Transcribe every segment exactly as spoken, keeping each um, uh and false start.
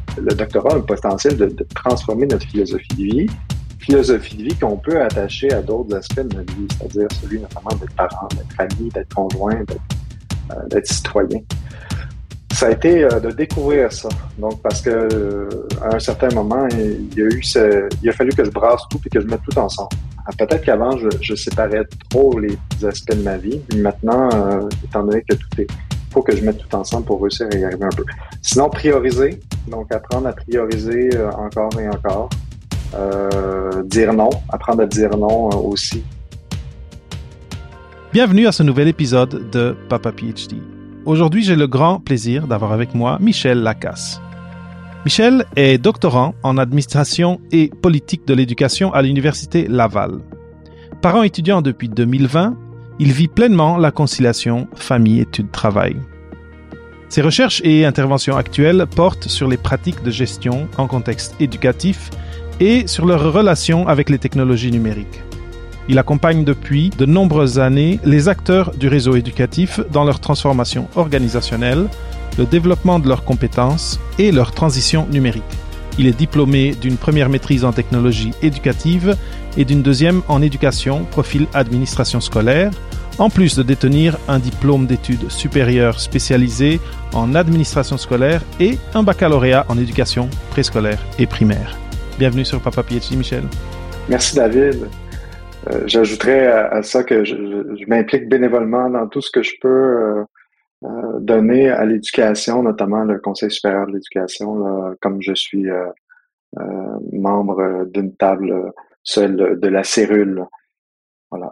le doctorat a le potentiel de, de transformer notre philosophie de vie, philosophie de vie qu'on peut attacher à d'autres aspects de notre vie, c'est-à-dire celui notamment d'être parent, d'être famille, d'être conjoint, d'être, euh, d'être citoyen. Ça a été euh, de découvrir ça. Donc, parce que euh, à un certain moment, il y a eu ce, il a fallu que je brasse tout et que je mette tout ensemble. Peut-être qu'avant, je, je séparais trop les aspects de ma vie. Maintenant, euh, étant donné que tout est, il faut que je mette tout ensemble pour réussir à y arriver un peu. Sinon, prioriser. Donc, apprendre à prioriser euh, encore et encore. Euh, dire non. Apprendre à dire non euh, aussi. Bienvenue à ce nouvel épisode de Papa PhD. Aujourd'hui, j'ai le grand plaisir d'avoir avec moi Michel Lacasse. Michel est doctorant en administration et politique de l'éducation à l'Université Laval. Parent étudiant depuis deux mille vingt, il vit pleinement la conciliation famille-études-travail. Ses recherches et interventions actuelles portent sur les pratiques de gestion en contexte éducatif et sur leur relation avec les technologies numériques. Il accompagne depuis de nombreuses années les acteurs du réseau éducatif dans leur transformation organisationnelle, le développement de leurs compétences et leur transition numérique. Il est diplômé d'une première maîtrise en technologie éducative et d'une deuxième en éducation, profil administration scolaire, en plus de détenir un diplôme d'études supérieures spécialisé en administration scolaire et un baccalauréat en éducation préscolaire et primaire. Bienvenue sur Papa PhD, Michel. Merci David. Euh, j'ajouterais à, à ça que je, je, je m'implique bénévolement dans tout ce que je peux euh, euh, donner à l'éducation, notamment le Conseil supérieur de l'éducation, là, comme je suis euh, euh, membre d'une table seule de la cellule. Voilà.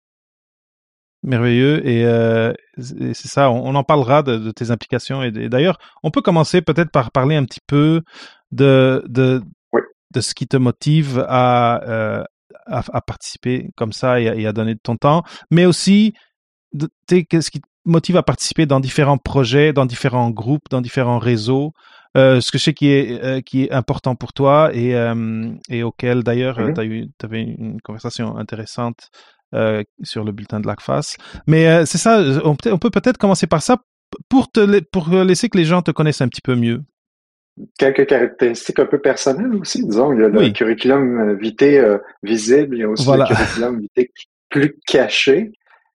Merveilleux. Et, euh, et c'est ça, on, on en parlera de, de tes implications. Et, et d'ailleurs, on peut commencer peut-être par parler un petit peu de, de, oui. de ce qui te motive à... Euh, À, à participer comme ça et à, et à donner de ton temps, mais aussi de, qu'est-ce qui te motive à participer dans différents projets, dans différents groupes, dans différents réseaux, euh, ce que je sais qui est, euh, qui est important pour toi et, euh, et auquel d'ailleurs mm-hmm. tu avais une conversation intéressante euh, sur le bulletin de l'A C F A S. Mais euh, c'est ça, on peut, on peut peut-être commencer par ça pour, te, pour laisser que les gens te connaissent un petit peu mieux. Quelques caractéristiques un peu personnelles aussi, disons. Il y a le oui. curriculum vitae euh, visible, il y a aussi voilà. le curriculum vitae plus caché.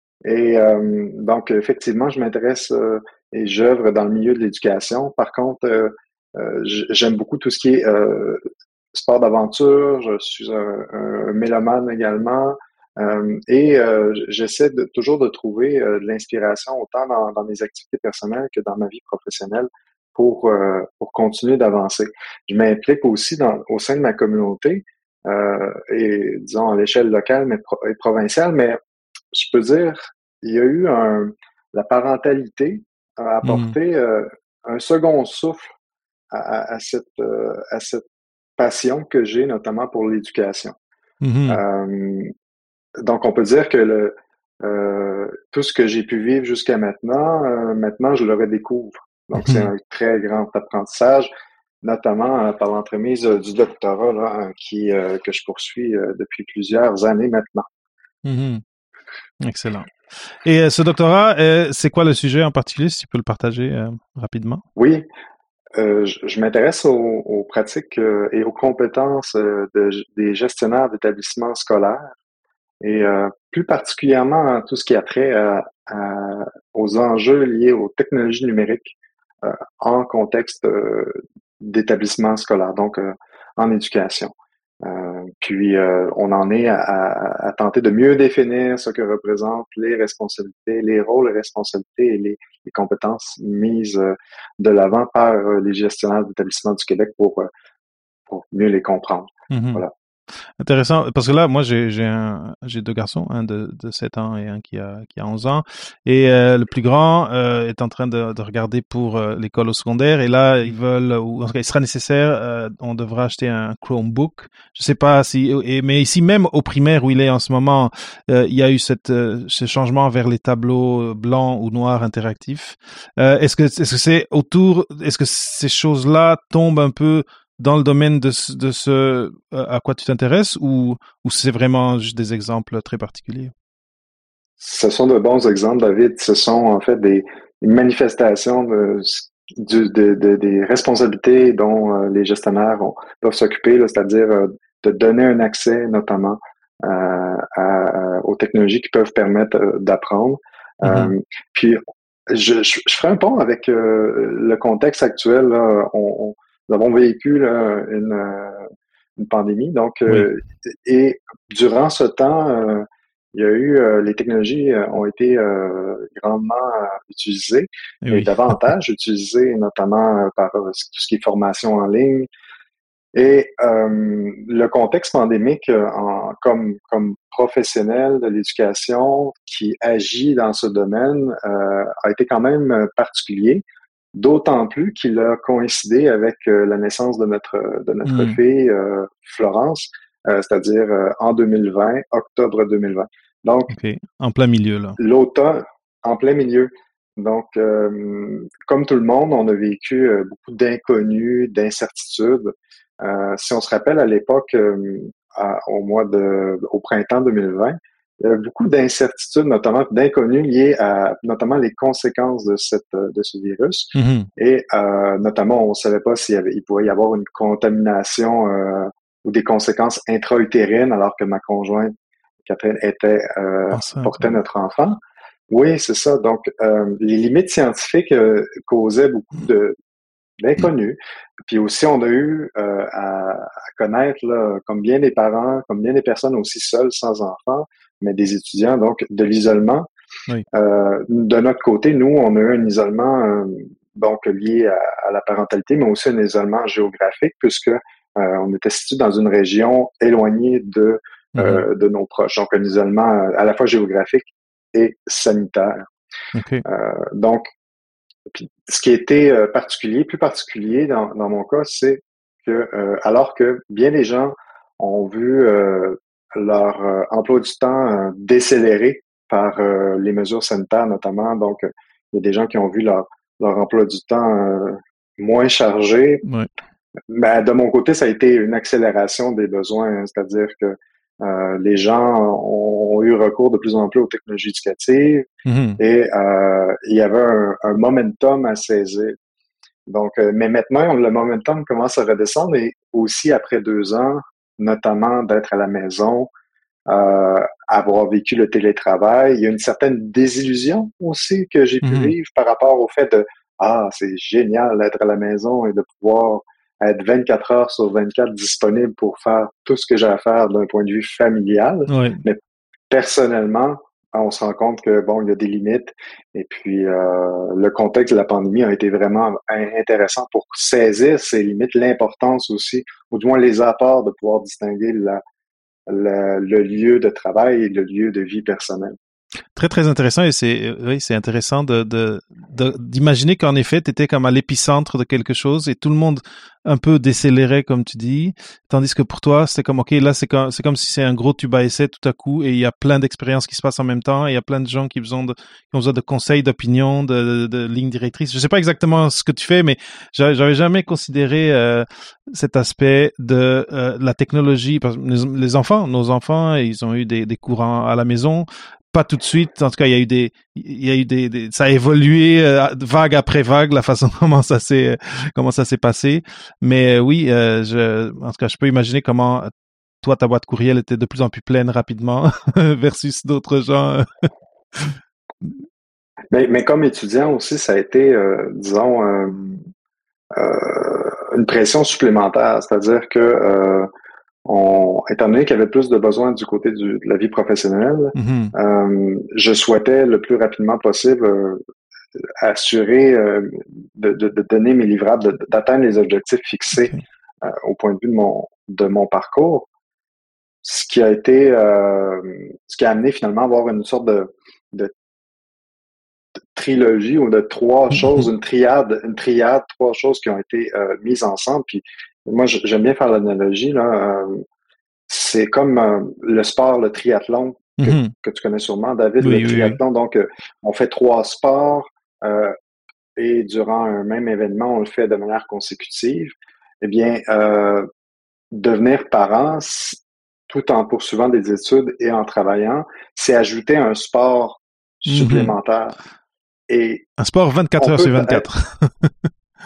Et euh, donc, effectivement, je m'intéresse euh, et j'œuvre dans le milieu de l'éducation. Par contre, euh, euh, j'aime beaucoup tout ce qui est euh, sport d'aventure. Je suis un, un mélomane également. Euh, et euh, j'essaie de, toujours de trouver euh, de l'inspiration autant dans, dans mes activités personnelles que dans ma vie professionnelle. Pour, euh, pour continuer d'avancer. Je m'implique aussi dans, au sein de ma communauté, euh, et disons à l'échelle locale mais pro- et provinciale, mais je peux dire, il y a eu un, la parentalité a apporté mmh. euh, un second souffle à, à, à, cette, euh, à cette passion que j'ai, notamment pour l'éducation. Mmh. Euh, donc, on peut dire que le, euh, tout ce que j'ai pu vivre jusqu'à maintenant, euh, maintenant, je le redécouvre. Donc, mmh. c'est un très grand apprentissage, notamment euh, par l'entremise euh, du doctorat là, qui, euh, que je poursuis euh, depuis plusieurs années maintenant. Mmh. Excellent. Et euh, ce doctorat, euh, c'est quoi le sujet en particulier, si tu peux le partager euh, rapidement? Oui, euh, je, je m'intéresse aux, aux pratiques euh, et aux compétences euh, de, des gestionnaires d'établissements scolaires et euh, plus particulièrement tout ce qui a trait à, à, aux enjeux liés aux technologies numériques euh, en contexte euh, d'établissement scolaire, donc euh, en éducation. Euh, puis, euh, on en est à, à, à tenter de mieux définir ce que représentent les responsabilités, les rôles, les responsabilités et les, les compétences mises euh, de l'avant par euh, les gestionnaires d'établissements du Québec pour, euh, pour mieux les comprendre. Mm-hmm. Voilà. Intéressant, parce que là, moi, j'ai, j'ai, un, j'ai deux garçons, un de, de sept ans et un qui a, qui a onze ans. Et euh, le plus grand euh, est en train de, de regarder pour euh, l'école au secondaire. Et là, ils veulent, ou en tout cas, il sera nécessaire, euh, on devra acheter un Chromebook. Je sais pas si, et, mais ici même au primaire où il est en ce moment, euh, il y a eu cette, euh, ce changement vers les tableaux blancs ou noirs interactifs. Euh, est-ce que, est-ce que c'est autour, est-ce que ces choses-là tombent un peu dans le domaine de, de ce à quoi tu t'intéresses ou, ou c'est vraiment juste des exemples très particuliers? Ce sont de bons exemples, David. Ce sont en fait des manifestations de du, de, de, des responsabilités dont euh, les gestionnaires ont, doivent s'occuper, là, c'est-à-dire euh, de donner un accès notamment euh, à, à, aux technologies qui peuvent permettre euh, d'apprendre. Mm-hmm. Euh, puis, je, je, je ferai un pont avec euh, le contexte actuel. Là. On, on, nous avons vécu là, une, une pandémie, donc euh, oui. Et durant ce temps, euh, il y a eu euh, les technologies euh, ont été euh, grandement euh, utilisées et, et davantage utilisées, notamment euh, par euh, tout ce qui est formation en ligne. Et euh, le contexte pandémique, euh, en, comme comme professionnel de l'éducation qui agit dans ce domaine, euh, a été quand même particulier. D'autant plus qu'il a coïncidé avec euh, la naissance de notre de notre mmh. fille euh, Florence, euh, c'est-à-dire euh, en deux mille vingt, octobre deux mille vingt. Donc, okay. En plein milieu là. L'automne, en plein milieu. Donc, euh, comme tout le monde, on a vécu euh, beaucoup d'inconnus, d'incertitudes. Euh, si on se rappelle à l'époque, euh, à, au mois de, au printemps deux mille vingt, il y avait beaucoup d'incertitudes, notamment d'inconnus liés à, notamment les conséquences de cette, de ce virus. Mm-hmm. Et euh, notamment, on ne savait pas s'il y avait, il pourrait y avoir une contamination euh, ou des conséquences intra-utérines, alors que ma conjointe Catherine était euh, portait notre enfant. Oui, c'est ça. Donc, euh, les limites scientifiques euh, causaient beaucoup de d'inconnus. Puis aussi, on a eu euh, à, à connaître, là, comme bien des parents, comme bien des personnes aussi seules, sans enfants, mais des étudiants, donc de l'isolement. Oui. Euh, de notre côté, nous, on a eu un isolement euh, donc lié à, à la parentalité, mais aussi un isolement géographique, puisque euh, on était situé dans une région éloignée de euh, mm-hmm. de nos proches. Donc, un isolement à la fois géographique et sanitaire. Okay. Euh, donc, puis, ce qui a été euh, particulier, plus particulier dans, dans mon cas, c'est que euh, alors que bien des gens ont vu euh, leur euh, emploi du temps euh, décéléré par euh, les mesures sanitaires notamment, donc euh, il y a des gens qui ont vu leur, leur emploi du temps euh, moins chargé. Ouais. Ben, de mon côté, ça a été une accélération des besoins, c'est-à-dire que Euh, les gens ont, ont eu recours de plus en plus aux technologies éducatives mm-hmm. et euh, il y avait un, un momentum à saisir. Donc, euh, mais maintenant, le momentum commence à redescendre et aussi après deux ans, notamment d'être à la maison, euh, avoir vécu le télétravail, il y a une certaine désillusion aussi que j'ai pu mm-hmm. vivre par rapport au fait de « Ah, c'est génial d'être à la maison et de pouvoir être vingt-quatre heures sur vingt-quatre disponible pour faire tout ce que j'ai à faire d'un point de vue familial. Ouais. Mais personnellement, on se rend compte que bon, il y a des limites. Et puis euh, le contexte de la pandémie a été vraiment intéressant pour saisir ces limites, l'importance aussi, ou du moins les apports de pouvoir distinguer la, la, le lieu de travail et le lieu de vie personnelle. Très, très intéressant et c'est, oui, c'est intéressant de, de, de, d'imaginer qu'en effet, tu étais comme à l'épicentre de quelque chose et tout le monde un peu décélérait, comme tu dis, tandis que pour toi, c'était comme, OK, là, c'est comme, c'est comme si c'est un gros tube à essai tout à coup et il y a plein d'expériences qui se passent en même temps et il y a plein de gens qui ont, de, qui ont besoin de conseils, d'opinions, de, de, de lignes directrices. Je sais pas exactement ce que tu fais, mais j'avais jamais considéré euh, cet aspect de euh, la technologie. Parce que les, les enfants, nos enfants, ils ont eu des, des courants à la maison. Pas tout de suite. En tout cas, il y a eu des, il y a eu des, des ça a évolué euh, vague après vague la façon comment ça s'est, comment ça s'est passé. Mais euh, oui, euh, je, en tout cas, je peux imaginer comment toi ta boîte courriel était de plus en plus pleine rapidement versus d'autres gens. mais, mais comme étudiant aussi, ça a été, euh, disons, euh, euh, une pression supplémentaire. C'est-à-dire que euh, On, étant donné qu'il y avait plus de besoins du côté du, de la vie professionnelle, mm-hmm. euh, je souhaitais le plus rapidement possible euh, assurer euh, de, de, de donner mes livrables, de, d'atteindre les objectifs fixés okay. euh, au point de vue de mon de mon parcours. Ce qui a été, euh, ce qui a amené finalement à avoir une sorte de, de, de trilogie ou de trois mm-hmm. choses, une triade, une triade, trois choses qui ont été euh, mises ensemble. Puis moi, j'aime bien faire l'analogie là. Euh, C'est comme euh, le sport, le triathlon, que, mm-hmm. que tu connais sûrement, David, oui, le oui, triathlon. Oui. Donc, euh, on fait trois sports euh, et durant un même événement, on le fait de manière consécutive. Eh bien, euh, devenir parent, tout en poursuivant des études et en travaillant, c'est ajouter un sport supplémentaire. Mm-hmm. Et un sport vingt-quatre heures sur vingt-quatre.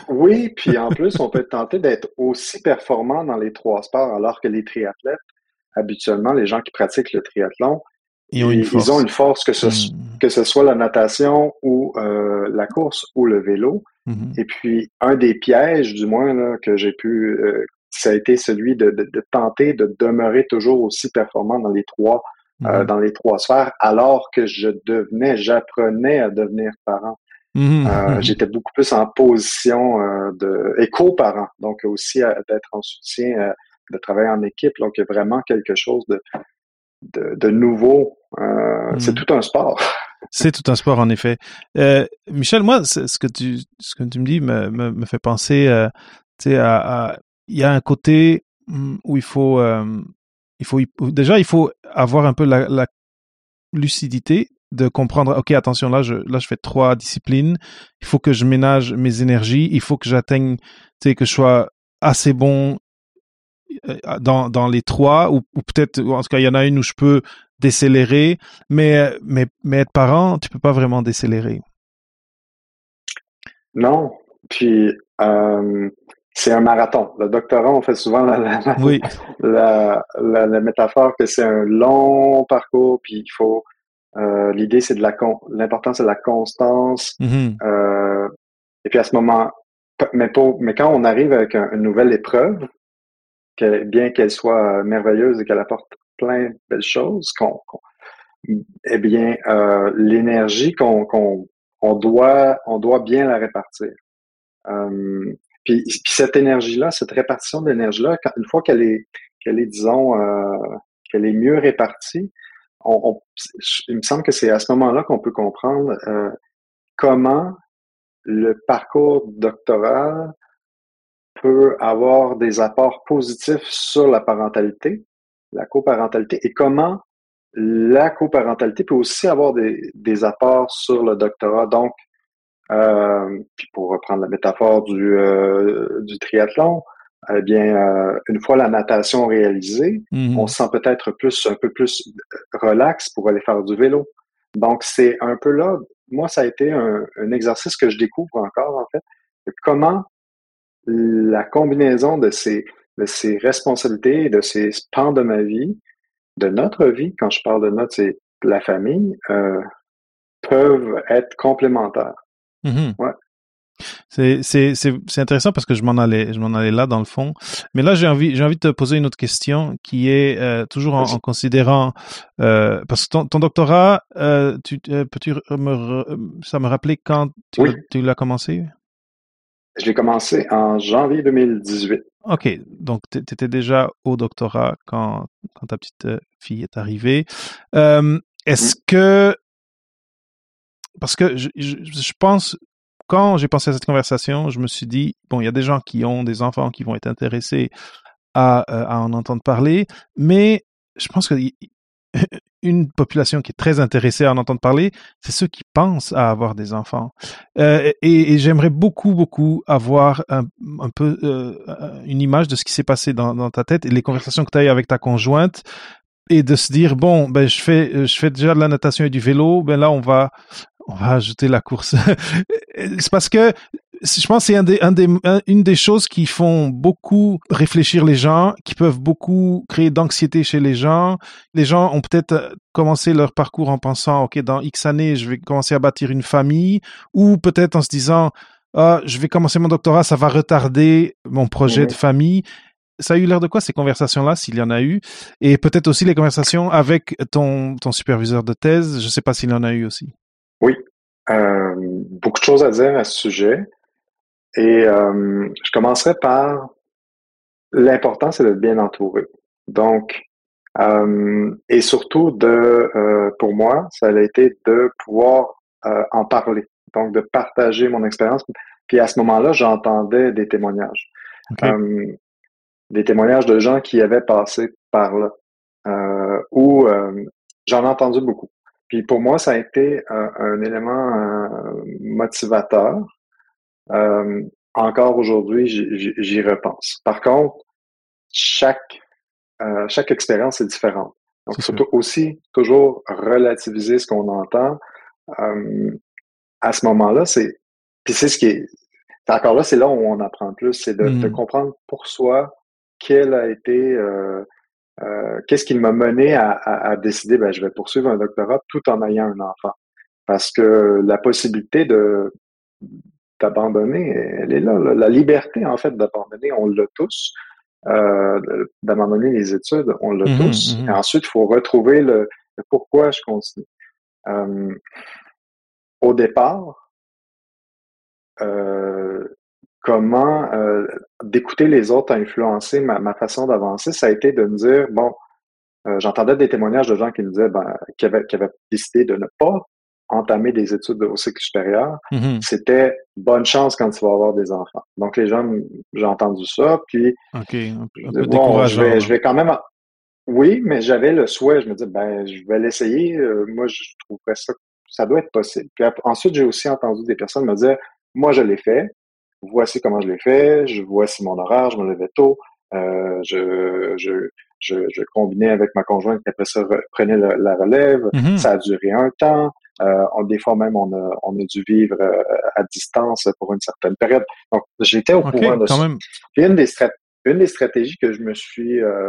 Oui, puis en plus, on peut tenter d'être aussi performant dans les trois sports, alors que les triathlètes, habituellement, les gens qui pratiquent le triathlon, Ils ont une ils ont force. une force que ce, Mm. que ce soit la natation ou euh, la course ou le vélo. Mm-hmm. Et puis, un des pièges, du moins, là, que j'ai pu, euh, ça a été celui de, de, de tenter de demeurer toujours aussi performant dans les trois, euh, Mm-hmm. dans les trois sphères, alors que je devenais, j'apprenais à devenir parent. Euh, Mm-hmm. j'étais beaucoup plus en position euh, de et co-parent, donc aussi euh, d'être en soutien, euh, de travailler en équipe. Donc, il y a vraiment quelque chose de, de, de nouveau. Euh, c'est Mm. tout un sport. C'est tout un sport, en effet. Euh, Michel, moi, ce que tu, ce que tu me dis me, me, me fait penser, euh, tu sais, à, à, il y a un côté où il faut, euh, il faut, déjà, il faut avoir un peu la, la lucidité de comprendre, ok, attention, là, je, là, je fais trois disciplines. Il faut que je ménage mes énergies. Il faut que j'atteigne, tu sais, que je sois assez bon dans, dans les trois, ou, ou peut-être, en tout cas, il y en a une où je peux décélérer, mais, mais, mais être parent, tu peux pas vraiment décélérer. Non. Puis, euh, c'est un marathon. Le doctorat, on fait souvent la, la, Oui. la, la, la métaphore que c'est un long parcours, puis il faut, euh, l'idée, c'est de la, con, l'important, c'est la constance. Mm-hmm. Euh, et puis à ce moment, mais, pour, mais quand on arrive avec un, une nouvelle épreuve, que, bien qu'elle soit merveilleuse et qu'elle apporte plein de belles choses, qu'on, qu'on eh bien, euh, l'énergie qu'on, qu'on on doit, on doit bien la répartir. Euh, puis, puis cette énergie-là, cette répartition d'énergie-là, quand, une fois qu'elle est, qu'elle est, disons, euh, qu'elle est mieux répartie, on, on, il me semble que c'est à ce moment-là qu'on peut comprendre euh, comment le parcours doctoral peut avoir des apports positifs sur la parentalité, la coparentalité, et comment la coparentalité peut aussi avoir des, des apports sur le doctorat. Donc, euh, puis pour reprendre la métaphore du, euh, du triathlon, eh bien, euh, une fois la natation réalisée, Mm-hmm. on se sent peut-être plus, un peu plus relax pour aller faire du vélo. Donc, c'est un peu là, moi, ça a été un, un exercice que je découvre encore, en fait, de comment la combinaison de ces, de ces responsabilités et de ces pans de ma vie, de notre vie, quand je parle de notre, c'est la famille, euh, peuvent être complémentaires. Mm-hmm. Ouais. C'est, c'est, c'est, c'est intéressant parce que je m'en allais, je m'en allais là dans le fond. Mais là, j'ai envie, j'ai envie de te poser une autre question qui est euh, toujours en, en considérant, euh, parce que ton, ton doctorat, euh, tu, euh, peux-tu me, ça me rappeler quand tu, Oui. l'as, tu l'as commencé? Je l'ai commencé en janvier deux mille dix-huit. OK, donc tu étais déjà au doctorat quand, quand ta petite fille est arrivée. Euh, est-ce Mm. que, parce que je, je, je pense, quand j'ai pensé à cette conversation, je me suis dit, bon, il y a des gens qui ont des enfants qui vont être intéressés à, à en entendre parler, mais je pense que une population qui est très intéressée à en entendre parler, c'est ceux qui pensent à avoir des enfants. Euh, et, et j'aimerais beaucoup, beaucoup avoir un, un peu euh, une image de ce qui s'est passé dans, dans ta tête et les conversations que tu as eues avec ta conjointe, et de se dire, bon, ben je fais, je fais déjà de la natation et du vélo, ben là on va, on va ajouter la course. C'est parce que je pense que c'est un des, un des, un, une des choses qui font beaucoup réfléchir les gens, qui peuvent beaucoup créer d'anxiété chez les gens. Les gens ont peut-être commencé leur parcours en pensant, OK, dans X années, je vais commencer à bâtir une famille, ou peut-être en se disant, ah, je vais commencer mon doctorat, ça va retarder mon projet Mm-hmm. de famille. Ça a eu l'air de quoi, ces conversations-là, s'il y en a eu? Et peut-être aussi les conversations avec ton, ton superviseur de thèse. Je ne sais pas s'il y en a eu aussi. Oui. Euh, beaucoup de choses à dire à ce sujet. Et euh, je commencerai par l'important, c'est d'être bien entouré. Donc, euh, et surtout de, euh, pour moi, ça a été de pouvoir euh, en parler. Donc, de partager mon expérience. Puis à ce moment-là, j'entendais des témoignages. Okay. Euh, des témoignages de gens qui avaient passé par là. Euh, où euh, j'en ai entendu beaucoup. Puis pour moi, ça a été un, un élément euh, motivateur. Euh, encore aujourd'hui, j'y repense. Par contre, chaque euh, chaque expérience est différente. Donc, il faut aussi toujours relativiser ce qu'on entend. Euh, à ce moment-là, c'est puis c'est ce qui est encore là, c'est là où on apprend plus, c'est de, mm-hmm. de comprendre pour soi quel a été, euh, euh, qu'est-ce qui m'a mené à, à, à décider, ben, je vais poursuivre un doctorat tout en ayant un enfant. Parce que la possibilité de d'abandonner, elle est là, là. La liberté, en fait, d'abandonner, on l'a tous. Euh, d'abandonner les études, on l'a Mm-hmm, tous. mm-hmm. Et ensuite, il faut retrouver le, le pourquoi je continue. Euh, au départ, euh, comment euh, d'écouter les autres a influencé ma, ma façon d'avancer, ça a été de me dire, bon, euh, j'entendais des témoignages de gens qui me disaient ben, qui, avaient, qui avaient décidé de ne pas entamer des études au cycle supérieur. Mm-hmm. C'était bonne chance quand tu vas avoir des enfants. Donc les gens, j'ai entendu ça, puis OK, un, je un dis, peu bon, je décourageant, vais, là. je vais quand même. Oui, mais j'avais le souhait, je me dis, ben, je vais l'essayer. Euh, moi, je trouverais ça, ça doit être possible. Puis ap- ensuite, j'ai aussi entendu des personnes me dire, moi, je l'ai fait. Voici comment je l'ai fait. Je voici mon horaire. Je me levais tôt. Euh, je, je, je, je combinais avec ma conjointe qui après ça re- prenait la, la relève. Mm-hmm. Ça a duré un temps. Euh, on, des fois même, on a, on a dû vivre euh, à distance pour une certaine période. Donc, j'étais au OK, courant de quand ça. même. Puis une des, strat- une des stratégies que je me suis euh,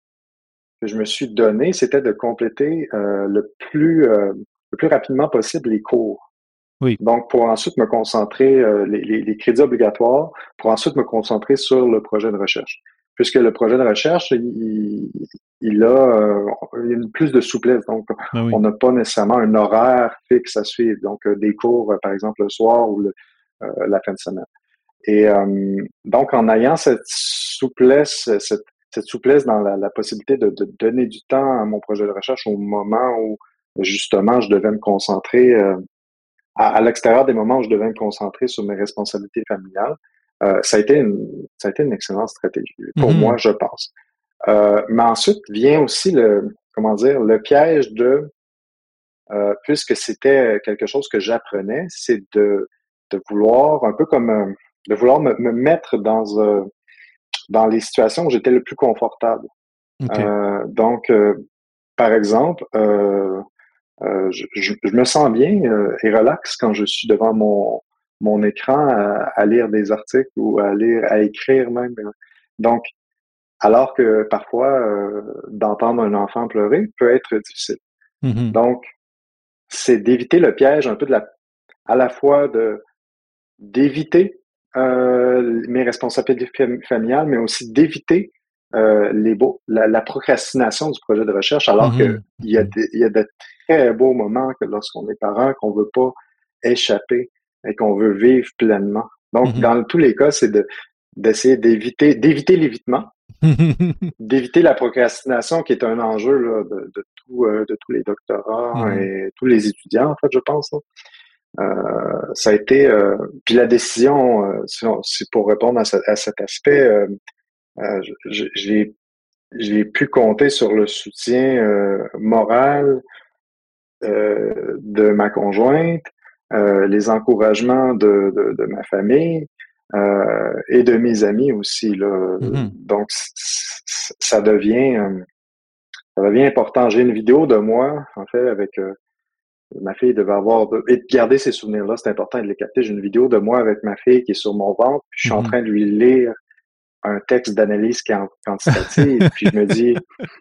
que je me suis donné, c'était de compléter euh, le plus euh, le plus rapidement possible les cours. Oui. Donc, pour ensuite me concentrer, euh, les, les, les crédits obligatoires, pour ensuite me concentrer sur le projet de recherche. Puisque le projet de recherche, il, il a, euh, il y a une plus de souplesse. Donc, Ben oui. on n'a pas nécessairement un horaire fixe à suivre. Donc, euh, des cours, euh, par exemple, le soir ou le, euh, la fin de semaine. Et euh, donc, en ayant cette souplesse, cette, cette souplesse dans la, la possibilité de, de donner du temps à mon projet de recherche au moment où, justement, je devais me concentrer, euh, à, à l'extérieur des moments où je devais me concentrer sur mes responsabilités familiales, euh, ça a été une, ça a été une excellente stratégie, pour Mm-hmm. moi, je pense. Euh, mais ensuite vient aussi le, comment dire, le piège de, euh, puisque c'était quelque chose que j'apprenais, c'est de, de vouloir, un peu comme, euh, de vouloir me, me mettre dans, euh, dans les situations où j'étais le plus confortable. OK. Euh, donc, euh, par exemple, euh, euh, je, je, je me sens bien euh, et relax quand je suis devant mon, mon écran à, à lire des articles ou à lire, à écrire même. Donc, alors que parfois, euh, d'entendre un enfant pleurer peut être difficile. Mm-hmm. Donc, c'est d'éviter le piège un peu de la, à la fois de d'éviter euh, mes responsabilités familiales, mais aussi d'éviter euh, les beaux, la, la procrastination du projet de recherche, alors que il y a Mm-hmm. des, il y a de très beaux moments que lorsqu'on est parent, qu'on veut pas échapper et qu'on veut vivre pleinement. Donc, Mm-hmm. dans tous les cas, c'est de d'essayer d'éviter d'éviter l'évitement, d'éviter la procrastination qui est un enjeu là, de, de, tout, euh, de tous les doctorats Mm-hmm. et tous les étudiants, en fait, je pense. Là. Euh, ça a été... Euh, puis la décision, euh, si, on, si pour répondre à, ce, à cet aspect, euh, euh, j'ai, j'ai pu compter sur le soutien euh, moral euh, de ma conjointe, euh, les encouragements de, de, de ma famille euh, et de mes amis aussi. Là. Mm-hmm. Donc, c- c- ça devient, euh, ça devient important. J'ai une vidéo de moi, en fait, avec... Euh, ma fille devait avoir... De... Et de garder ces souvenirs-là, c'est important de les capter. J'ai une vidéo de moi avec ma fille qui est sur mon ventre, puis je suis en Mm-hmm. train de lui lire un texte d'analyse quantitative, puis je me dis,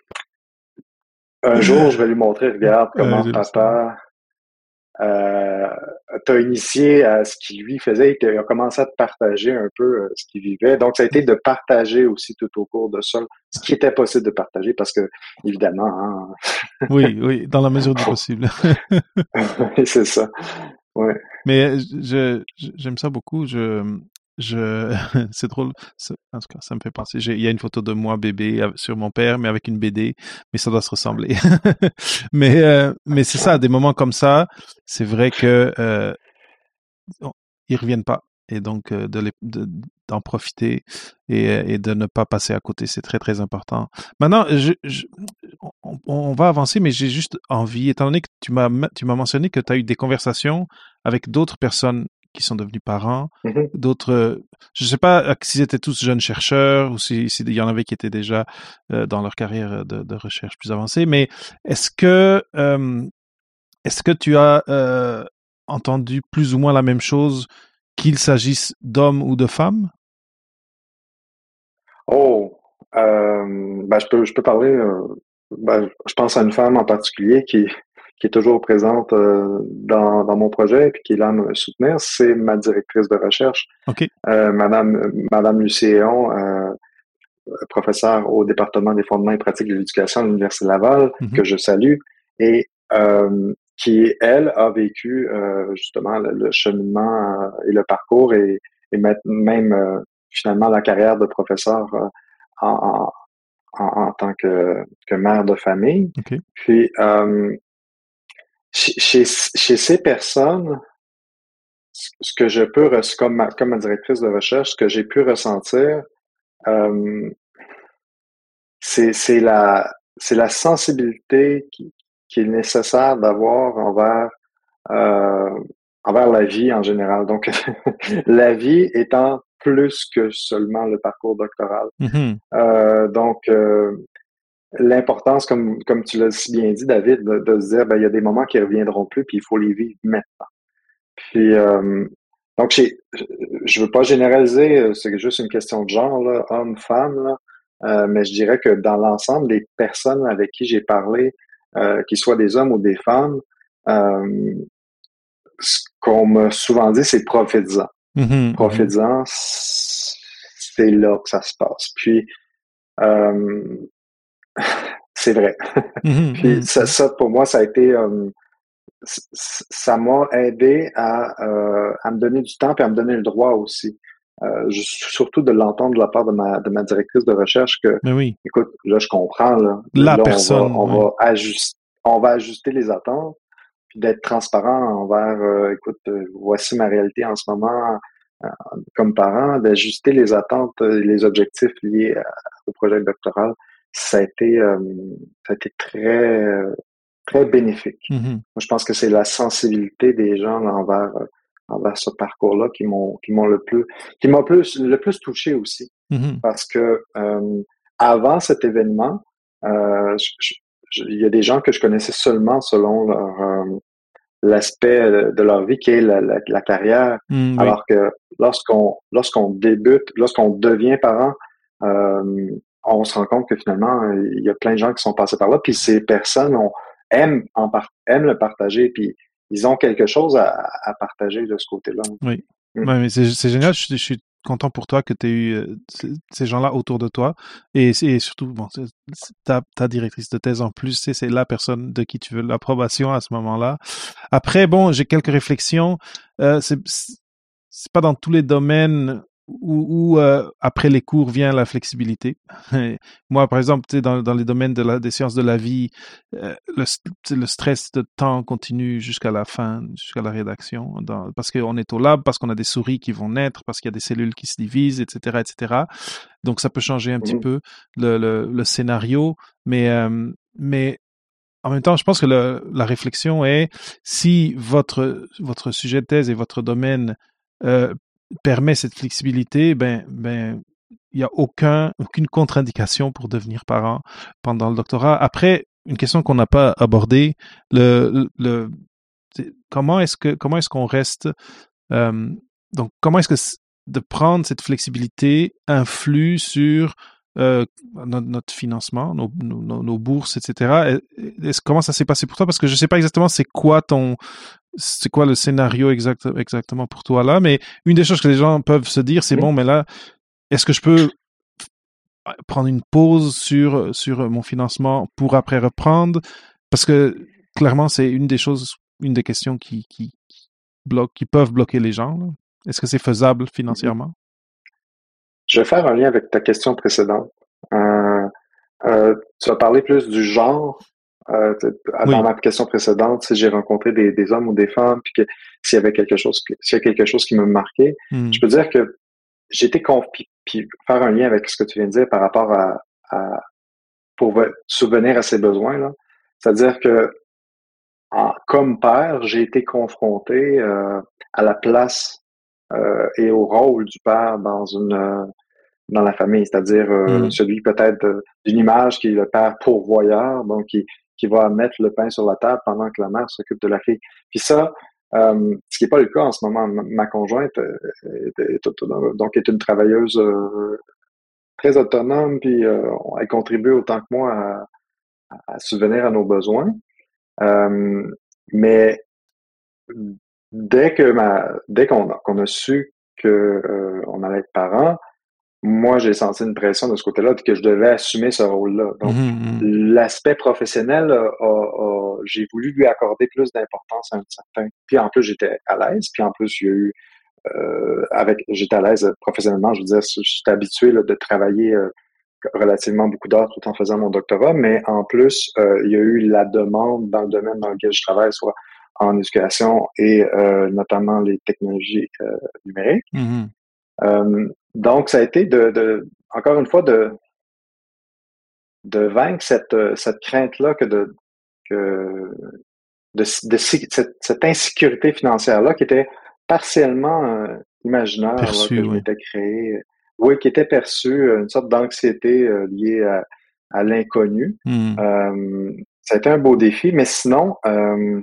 un jour, je vais lui montrer, regarde Ouais, comment j'aime ça. papa euh, t'a initié à ce qu'il lui faisait, et il a commencé à te partager un peu euh, ce qu'il vivait. Donc, ça a été de partager aussi tout au cours de ça, ce qui était possible de partager, parce que, évidemment, hein, Oui, oui, dans la mesure du possible. c'est ça. Ouais. Mais je, je- j'aime ça beaucoup. Je, je, c'est drôle. Ça- En tout cas, ça me fait penser. J'ai- Il y a une photo de moi bébé av- sur mon père, mais avec une B D. Mais ça doit se ressembler. Mais, euh, mais c'est ça. Des moments comme ça, c'est vrai que euh, on- ils reviennent pas. Et donc euh, de les, de- d'en profiter et, euh, et de ne pas passer à côté, c'est très très important. Maintenant, je, je- on, on va avancer, mais j'ai juste envie, étant donné que tu m'as tu m'as mentionné que tu as eu des conversations avec d'autres personnes qui sont devenues parents, Mm-hmm. d'autres, je sais pas euh, s'ils étaient tous jeunes chercheurs ou s'il si, si y en avait qui étaient déjà euh, dans leur carrière de, de recherche plus avancée, mais est-ce que euh, est-ce que tu as euh, entendu plus ou moins la même chose qu'il s'agisse d'hommes ou de femmes? Oh, euh, ben je peux je peux parler. Euh, ben, je pense à une femme en particulier qui qui est toujours présente euh, dans dans mon projet et puis qui est là à me soutenir. C'est ma directrice de recherche, OK. euh, Madame Madame Lucéon, euh, professeure au département des fondements et pratiques de l'éducation à l'Université Laval, Mm-hmm. que je salue, et euh, qui, elle, a vécu euh, justement le, le cheminement euh, et le parcours et, et même euh, finalement la carrière de professeur euh, en, en, en tant que, que mère de famille. Okay. Puis, euh, chez, chez ces personnes, ce que je peux, comme ma, comme ma directrice de recherche, ce que j'ai pu ressentir, euh, c'est c'est la c'est la sensibilité qui, qui est nécessaire d'avoir envers euh, envers la vie en général. Donc, la vie étant plus que seulement le parcours doctoral. Mm-hmm. Euh, donc, euh, l'importance, comme comme tu l'as si bien dit, David, de, de se dire, ben il y a des moments qui reviendront plus, puis il faut les vivre maintenant. Puis, euh, donc, j'ai, je veux pas généraliser, c'est juste une question de genre, là, homme, femme, là, euh, mais je dirais que dans l'ensemble des personnes avec qui j'ai parlé, euh, qu'ils soient des hommes ou des femmes, euh, ce qu'on m'a souvent dit, c'est profites-en. Mm-hmm. Profites-en, c'est là que ça se passe. Puis, euh, c'est vrai. Mm-hmm. Puis, ça, ça, pour moi, ça a été... Euh, ça m'a aidé à, euh, à me donner du temps et à me donner le droit aussi. Euh, je, surtout de l'entendre de la part de ma, de ma directrice de recherche que, Mais oui. écoute, là, je comprends, là. La Là, personne. on va, on Oui. va ajuster, on va ajuster les attentes puis d'être transparent envers, euh, écoute, euh, voici ma réalité en ce moment, euh, comme parent, d'ajuster les attentes et les objectifs liés à, au projet doctoral. Ça a été, euh, ça a été très, euh, très bénéfique. Mm-hmm. Moi, je pense que c'est la sensibilité des gens là, envers euh, envers ce parcours-là qui m'ont qui m'ont le plus qui m'a plus le plus touché aussi. Mm-hmm. Parce que euh, avant cet événement, euh, je, je, il y a des gens que je connaissais seulement selon leur euh, l'aspect de leur vie qui est la, la, la carrière. Mm, oui. Alors que lorsqu'on lorsqu'on débute, lorsqu'on devient parent, euh, on se rend compte que finalement, il y a plein de gens qui sont passés par là, puis ces personnes ont aiment, en par aiment le partager, puis ils ont quelque chose à, à partager de ce côté-là. Oui. Mm. Ouais, mais c'est, c'est génial. Je, je suis content pour toi que tu aies eu euh, ces gens-là autour de toi. Et, et surtout, bon, c'est, c'est ta, ta directrice de thèse en plus, c'est, c'est la personne de qui tu veux l'approbation à ce moment-là. Après, bon, j'ai quelques réflexions. Euh, c'est, c'est pas dans tous les domaines où, où euh, après les cours vient la flexibilité. Moi, par exemple, tu sais, dans, dans les domaines de la, des sciences de la vie, euh, le, le stress de temps continue jusqu'à la fin, jusqu'à la rédaction, dans, parce qu'on est au lab, parce qu'on a des souris qui vont naître, parce qu'il y a des cellules qui se divisent, et cetera, et cetera. Donc, ça peut changer un petit Mm. peu le, le, le scénario, mais euh, mais en même temps, je pense que le, la réflexion est si votre votre sujet de thèse et votre domaine euh, permet cette flexibilité, ben ben il y a aucun aucune contre-indication pour devenir parent pendant le doctorat. Après, une question qu'on n'a pas abordée, le le comment est-ce que comment est-ce qu'on reste euh, donc comment est-ce que de prendre cette flexibilité influe sur euh, notre, notre financement, nos, nos, nos bourses, et cetera. Est-ce, comment ça s'est passé pour toi? Parce que je sais pas exactement c'est quoi ton, c'est quoi le scénario exact, exactement pour toi là, mais une des choses que les gens peuvent se dire, c'est Mm. bon, mais là, est-ce que je peux prendre une pause sur, sur mon financement pour après reprendre? Parce que clairement, c'est une des choses, une des questions qui, qui, qui bloquent, qui peuvent bloquer les gens, là. Est-ce que c'est faisable financièrement? Je vais faire un lien avec ta question précédente. Euh, euh, tu as parlé plus du genre. Euh, dans Oui. ma question précédente, si j'ai rencontré des, des hommes ou des femmes, puis que s'il y avait quelque chose, s'il y a quelque chose qui me marquait, Mm. je peux dire que j'ai été confié, puis faire un lien avec ce que tu viens de dire par rapport à, à pour subvenir à ses besoins là. C'est-à-dire que en, comme père, j'ai été confronté euh, à la place euh, et au rôle du père dans une euh, dans la famille, c'est-à-dire euh, Mm. celui peut-être de, d'une image qui est le père pourvoyeur, donc qui qui va mettre le pain sur la table pendant que la mère s'occupe de la fille. Puis ça, Euh, ce qui n'est pas le cas en ce moment. Ma, ma conjointe euh, est, est autonome, donc est une travailleuse euh, très autonome, puis euh, elle contribue autant que moi à, à subvenir à nos besoins. Euh, mais dès que ma, dès qu'on a, qu'on a su que euh, on allait être parents, moi j'ai senti une pression de ce côté-là, que je devais assumer ce rôle-là. Donc Mm-hmm. l'aspect professionnel, a, a, a, j'ai voulu lui accorder plus d'importance à un certain. Puis en plus j'étais à l'aise. Puis en plus il y a eu euh, avec, j'étais à l'aise professionnellement. Je veux dire, j'étais habitué là, de travailler euh, relativement beaucoup d'heures tout en faisant mon doctorat, mais en plus, euh, il y a eu la demande dans le domaine dans lequel je travaille, soit en éducation et euh, notamment les technologies euh, numériques. Mm-hmm. Euh, donc, ça a été de, de encore une fois, de, de vaincre cette, cette crainte-là que de, que de, de cette, cette insécurité financière-là qui était partiellement euh, imaginaire là, Perçu, que je oui. m'étais créé. Oui, qui était perçue, une sorte d'anxiété euh, liée à, à l'inconnu. Mm. Euh, ça a été un beau défi, mais sinon, euh,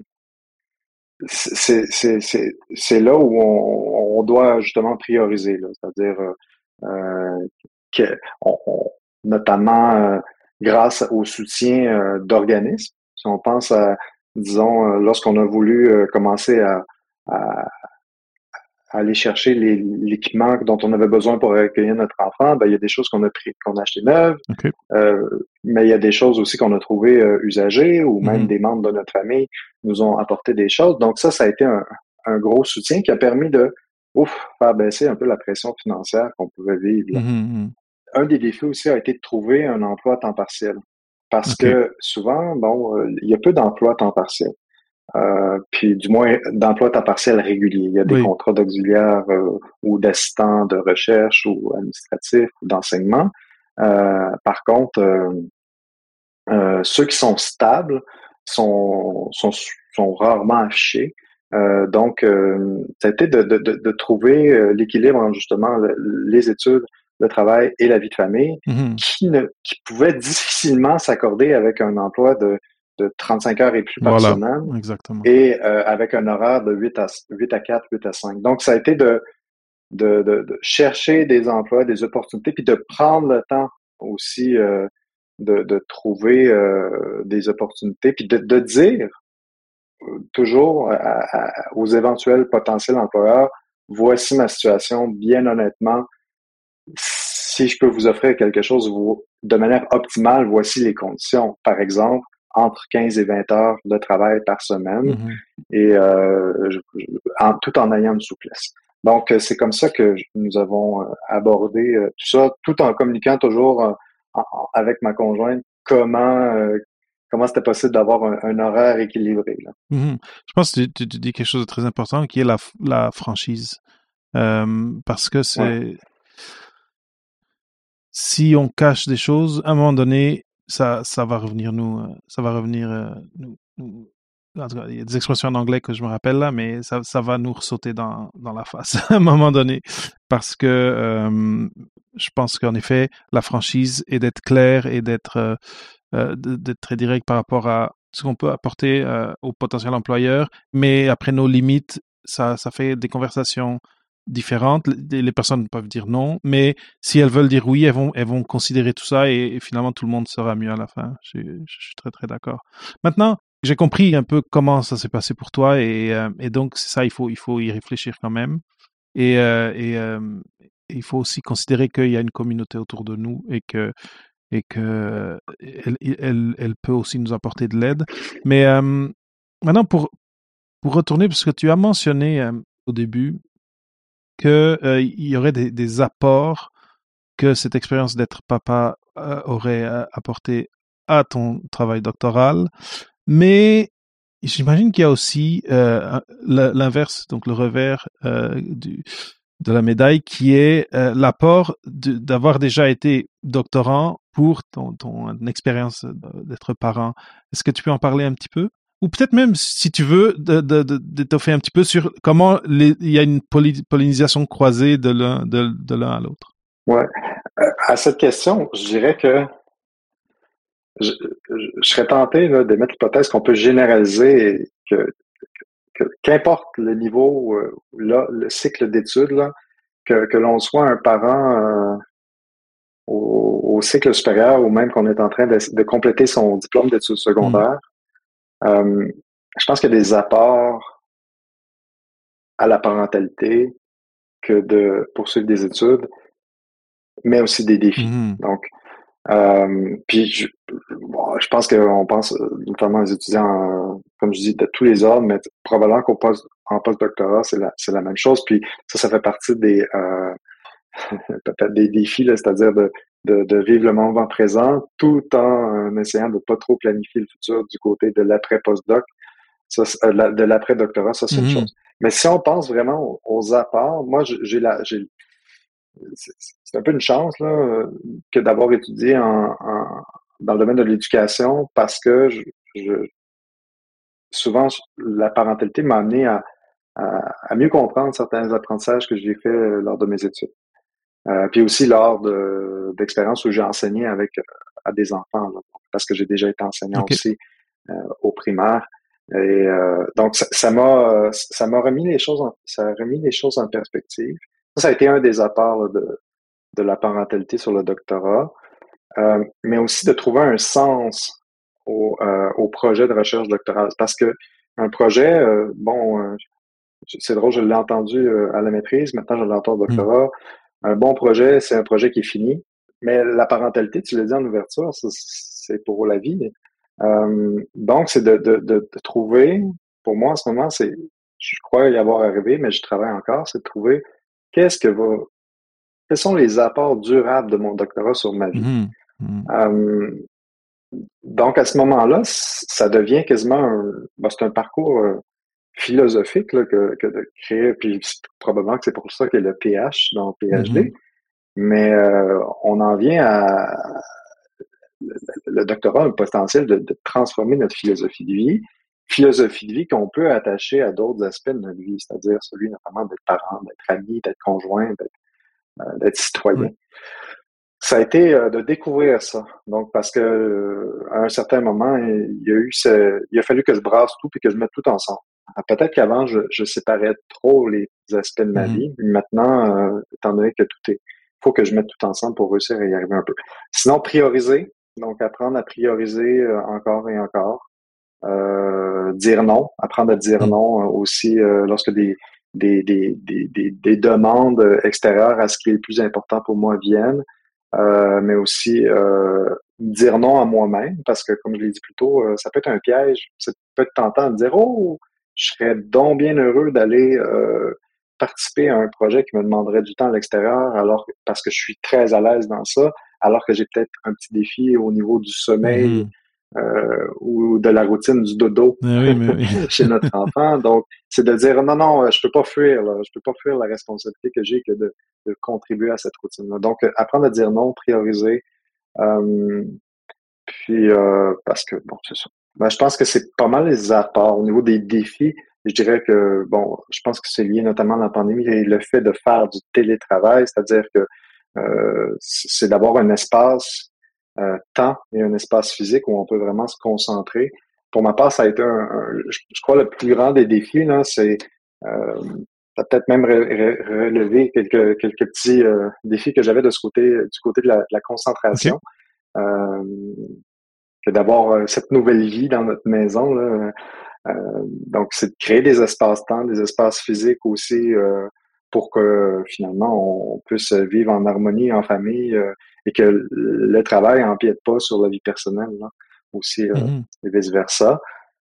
c'est, c'est, c'est, c'est là où on, on doit justement prioriser, là, c'est-à-dire euh, que, on, on, notamment euh, grâce au soutien euh, d'organismes. Si on pense à, disons, euh, lorsqu'on a voulu euh, commencer à, à, à aller chercher les, l'équipement dont on avait besoin pour accueillir notre enfant, ben, il y a des choses qu'on a pris, qu'on a achetées neuves, Okay. euh, mais il y a des choses aussi qu'on a trouvées euh, usagées ou même Mm-hmm. des membres de notre famille nous ont apporté des choses. Donc ça, ça a été un, un gros soutien qui a permis de ouf, faire baisser un peu la pression financière qu'on pouvait vivre là. Mm-hmm. Un des défis aussi a été de trouver un emploi à temps partiel. Parce Okay. que souvent, bon, euh, il y a peu d'emplois à temps partiel. Euh, puis du moins d'emplois à temps partiel réguliers. Il y a des Oui. contrats d'auxiliaire euh, ou d'assistants de recherche ou administratifs ou d'enseignement. Euh, par contre, euh, euh, ceux qui sont stables sont, sont, sont rarement affichés. Euh, donc, euh, ça a été de, de, de, de trouver euh, l'équilibre entre justement le, les études, le travail et la vie de famille, Mm-hmm. qui ne qui pouvait difficilement s'accorder avec un emploi de, de trente-cinq heures et plus par Voilà, semaine exactement. et euh, avec un horaire de huit à quatre, huit à cinq. Donc, ça a été de, de, de, de chercher des emplois, des opportunités, puis de prendre le temps aussi euh, de, de trouver euh, des opportunités, puis de, de dire toujours à, à, aux éventuels potentiels employeurs, voici ma situation, bien honnêtement, si je peux vous offrir quelque chose de manière optimale, voici les conditions. Par exemple, entre quinze et vingt heures de travail par semaine Mm-hmm. et euh, je, je, en, tout en ayant une souplesse. Donc, c'est comme ça que nous avons abordé tout ça, tout en communiquant toujours en, en, avec ma conjointe comment euh, comment c'était possible d'avoir un, un horaire équilibré. Là. Mm-hmm. Je pense que tu, tu, tu dis quelque chose de très important qui est la, la franchise. Euh, parce que c'est... Ouais. Si on cache des choses, à un moment donné, ça, ça va revenir nous... Ça va revenir euh, nous... nous en tout cas, il y a des expressions en anglais que je me rappelle là, mais ça, ça va nous ressauter dans, dans la face à un moment donné. Parce que euh, je pense qu'en effet, la franchise est d'être clair et d'être... Euh, d'être très direct par rapport à ce qu'on peut apporter euh, au potentiel employeur, mais après nos limites, ça, ça fait des conversations différentes. Les, les personnes peuvent dire non, mais si elles veulent dire oui, elles vont, elles vont considérer tout ça et, et finalement tout le monde sera mieux à la fin. Je, je suis très très d'accord. Maintenant, j'ai compris un peu comment ça s'est passé pour toi et, euh, et donc c'est ça, il faut, il faut y réfléchir quand même. Et, euh, et euh, il faut aussi considérer qu'il y a une communauté autour de nous et que et que elle, elle, elle peut aussi nous apporter de l'aide. Mais euh, maintenant, pour, pour retourner, parce que tu as mentionné euh, au début qu'il euh, y aurait des, des apports que cette expérience d'être papa euh, aurait euh, apporté à ton travail doctoral, mais j'imagine qu'il y a aussi euh, l'inverse, donc le revers euh, du, de la médaille, qui est euh, l'apport d'avoir déjà été doctorant pour ton, ton expérience d'être parent. Est-ce que tu peux en parler un petit peu? Ou peut-être même, si tu veux, d'étoffer un petit peu sur comment les, il y a une poly, pollinisation croisée de l'un de, de l'un à l'autre. Ouais. Euh, à cette question, je dirais que je, je, je serais tenté là, d'émettre l'hypothèse qu'on peut généraliser et que, que qu'importe le niveau, euh, là, le cycle d'études, là, que, que l'on soit un parent euh, au, au cycle supérieur ou même qu'on est en train de, de compléter son diplôme d'études secondaires, mmh. euh, je pense qu'il y a des apports à la parentalité que de poursuivre des études, mais aussi des défis. Mmh. Donc, euh, puis je, bon, je pense qu'on pense notamment aux étudiants, euh, comme je dis, de tous les ordres, mais probablement qu'au post, en post-doctorat, c'est la, c'est la même chose. Puis ça, ça fait partie des euh, peut-être des défis, là, c'est-à-dire de, de, de vivre le moment présent tout en euh, essayant de pas trop planifier le futur du côté de l'après-postdoc. Ça, euh, de l'après-doctorat, ça, c'est mm-hmm. une chose. Mais si on pense vraiment aux, aux apports, moi, j'ai la, j'ai, c'est, c'est un peu une chance là, que d'avoir étudié en, en, dans le domaine de l'éducation parce que je, je, souvent, la parentalité m'a amené à, à, à mieux comprendre certains apprentissages que j'ai faits lors de mes études. Euh, puis aussi lors de, d'expériences où j'ai enseigné avec à des enfants, là, parce que j'ai déjà été enseignant okay. aussi euh, au primaire. Et euh, donc ça, ça m'a ça m'a remis les choses en, ça a remis les choses en perspective. Ça, ça a été un des apports là, de de la parentalité sur le doctorat, euh, mais aussi de trouver un sens au euh, au projet de recherche doctorale, parce que un projet, euh, bon, euh, c'est drôle, je l'ai entendu euh, à la maîtrise, maintenant je l'entends au doctorat. Mmh. Un bon projet, c'est un projet qui est fini. Mais la parentalité, tu l'as dit en ouverture, c'est, c'est pour la vie. Euh, donc, c'est de, de, de, de trouver, pour moi en ce moment, c'est, je crois y avoir arrivé, mais je travaille encore, c'est de trouver qu'est-ce que va, quels sont les apports durables de mon doctorat sur ma vie. Mmh, mmh. Euh, donc, à ce moment-là, ça devient quasiment un, ben, c'est un parcours euh, philosophique là, que, que de créer, puis probablement que c'est pour ça qu'il y a le P H dans le P H D. Mmh. Mais euh, on en vient à le, le doctorat a le potentiel de, de transformer notre philosophie de vie, philosophie de vie qu'on peut attacher à d'autres aspects de notre vie, c'est-à-dire celui notamment d'être parent, d'être ami, d'être conjoint, d'être, euh, d'être citoyen. Oui. Ça a été euh, de découvrir ça. Donc parce que euh, à un certain moment, il y a eu ce, il a fallu que je brasse tout et que je mette tout ensemble. Peut-être qu'avant je, je séparais trop les aspects de ma mm-hmm. vie. Maintenant, euh, étant donné que tout est faut que je mette tout ensemble pour réussir à y arriver un peu. Sinon, prioriser, donc apprendre à prioriser euh, encore et encore. Euh, dire non, apprendre à dire mmh. non euh, aussi euh, lorsque des des, des, des, des, des demandes extérieures à ce qui est le plus important pour moi viennent, euh, mais aussi euh, dire non à moi-même, parce que comme je l'ai dit plus tôt, euh, ça peut être un piège, ça peut être tentant de dire « Oh, je serais donc bien heureux d'aller euh, participer à un projet qui me demanderait du temps à l'extérieur, alors parce que je suis très à l'aise dans ça, alors que j'ai peut-être un petit défi au niveau du sommeil, mmh. Euh, ou de la routine du dodo mais oui, mais oui. chez notre enfant. Donc, c'est de dire non, non, je peux pas fuir, là. Je peux pas fuir la responsabilité que j'ai que de, de contribuer à cette routine-là. Donc, apprendre à dire non, prioriser. Euh, puis, euh, parce que, bon, c'est ça. Ben, je pense que c'est pas mal les apports. Au niveau des défis, je dirais que, bon, je pense que c'est lié notamment à la pandémie et le fait de faire du télétravail, c'est-à-dire que euh, c'est d'avoir un espace Euh, temps et un espace physique où on peut vraiment se concentrer. Pour ma part, ça a été un, un je, je crois, le plus grand des défis, là, c'est euh, peut-être même re, re, relever quelques quelques petits euh, défis que j'avais de ce côté, du côté de la, de la concentration. Okay. Euh, que d'avoir euh, cette nouvelle vie dans notre maison, là. Euh, donc, c'est de créer des espaces-temps, des espaces physiques aussi euh, pour que finalement on puisse vivre en harmonie, en famille, euh, et que le travail empiète pas sur la vie personnelle là, aussi, euh, mm-hmm. et vice-versa.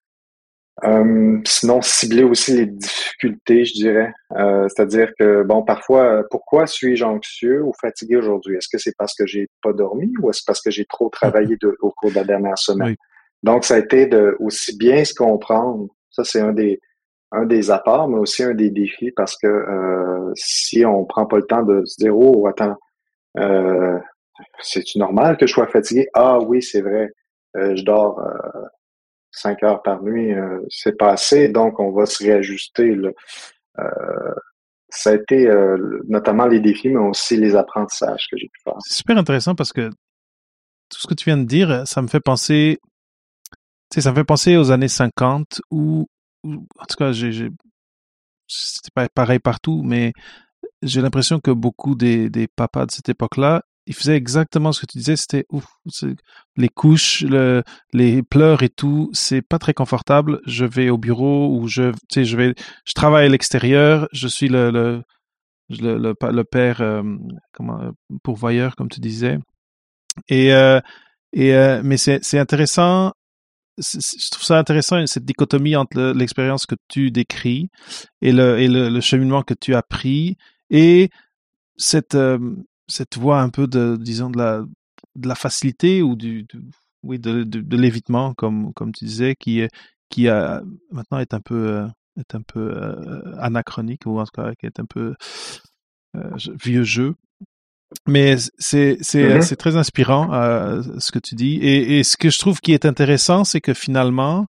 Euh, sinon, cibler aussi les difficultés, je dirais. Euh, c'est-à-dire que, bon, parfois, pourquoi suis-je anxieux ou fatigué aujourd'hui? Est-ce que c'est parce que j'ai pas dormi ou est-ce parce que j'ai trop travaillé de, au cours de la dernière semaine? Oui. Donc, ça a été de aussi bien se comprendre. Ça, c'est un des un des apports, mais aussi un des défis parce que euh, si on prend pas le temps de se dire « Oh, attends, euh, c'est-tu normal que je sois fatigué? Ah oui, c'est vrai, euh, je dors euh, cinq heures par nuit, euh, c'est pas assez, donc on va se réajuster. » là. Euh, ça a été euh, notamment les défis, mais aussi les apprentissages que j'ai pu faire. C'est super intéressant parce que tout ce que tu viens de dire, ça me fait penser, tu sais, ça me fait penser aux années cinquante où en tout cas, j'ai, j'ai, c'était pas pareil partout, mais j'ai l'impression que beaucoup des, des papas de cette époque-là, ils faisaient exactement ce que tu disais, c'était ouf, c'est, les couches, le, les pleurs et tout, c'est pas très confortable. Je vais au bureau ou je, tu sais, je vais, je travaille à l'extérieur, je suis le, le, le, le, le père, euh, comment, pourvoyeur, comme tu disais. Et, euh, et euh, mais c'est, c'est intéressant. C'est, je trouve ça intéressant cette dichotomie entre le, l'expérience que tu décris et le, et le, le cheminement que tu as pris et cette, euh, cette voie un peu de, disons, de la, de la facilité ou du, du oui, de, de, de l'évitement, comme, comme tu disais, qui, qui a, maintenant est un peu, euh, est un peu euh, anachronique ou en tout cas qui est un peu euh, vieux jeu. Mais c'est, c'est, Mm-hmm. c'est très inspirant euh, ce que tu dis. Et, et ce que je trouve qui est intéressant, c'est que finalement,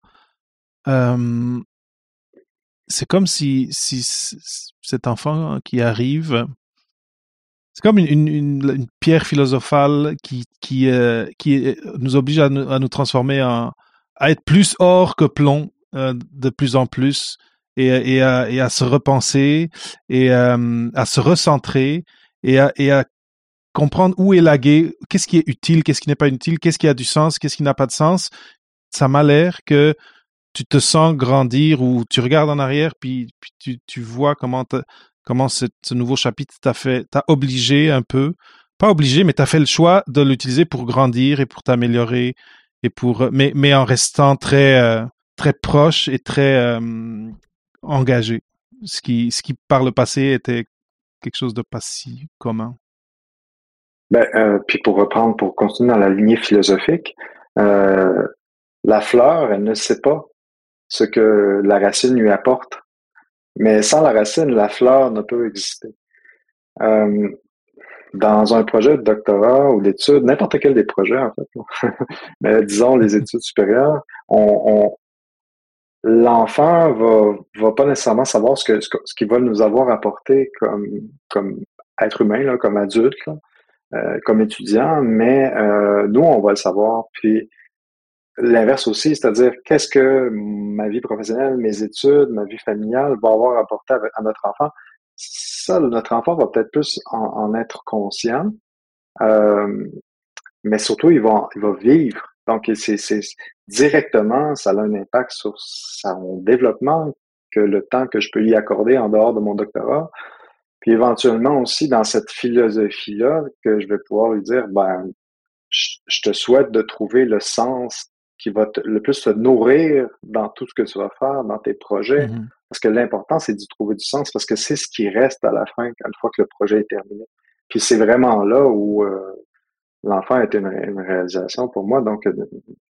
euh, c'est comme si, si cet enfant qui arrive, c'est comme une, une, une, une pierre philosophale qui, qui, euh, qui nous oblige à nous, à nous transformer en, à être plus or que plomb euh, de plus en plus et, et, à, et à se repenser et euh, à se recentrer et à, et à comprendre où est lagué, qu'est-ce qui est utile, qu'est-ce qui n'est pas utile, qu'est-ce qui a du sens, qu'est-ce qui n'a pas de sens. Ça m'a l'air que tu te sens grandir ou tu regardes en arrière puis, puis tu, tu vois comment comment ce, ce nouveau chapitre t'a fait, t'a obligé un peu, pas obligé, mais t'as fait le choix de l'utiliser pour grandir et pour t'améliorer et pour, mais, mais en restant très, euh, très proche et très euh, engagé. Ce qui, ce qui par le passé était quelque chose de pas si commun. Ben, euh, puis pour reprendre, pour continuer dans la lignée philosophique, euh, la fleur, elle ne sait pas ce que la racine lui apporte. Mais sans la racine, la fleur ne peut exister. Euh, dans un projet de doctorat ou d'études, n'importe quel des projets en fait, mais disons les études supérieures, on, on l'enfant va, va pas nécessairement savoir ce que ce, ce qu'il va nous avoir apporté comme comme être humain, là, comme adulte, là, euh, comme étudiant, mais euh, nous on va le savoir. Puis l'inverse aussi, c'est-à-dire qu'est-ce que ma vie professionnelle, mes études, ma vie familiale va avoir apporté à, à notre enfant. Ça, notre enfant va peut-être plus en, en être conscient, euh, mais surtout, il va, il va vivre. Donc, c'est, c'est directement, ça a un impact sur son développement que le temps que je peux y accorder en dehors de mon doctorat. Puis éventuellement aussi dans cette philosophie-là, que je vais pouvoir lui dire, ben, je, je te souhaite de trouver le sens qui va te, le plus te nourrir dans tout ce que tu vas faire, dans tes projets. Mm-hmm. Parce que l'important, c'est d'y trouver du sens, parce que c'est ce qui reste à la fin, une fois que le projet est terminé. Puis c'est vraiment là où euh, l'enfant est une, une réalisation pour moi. Donc, euh,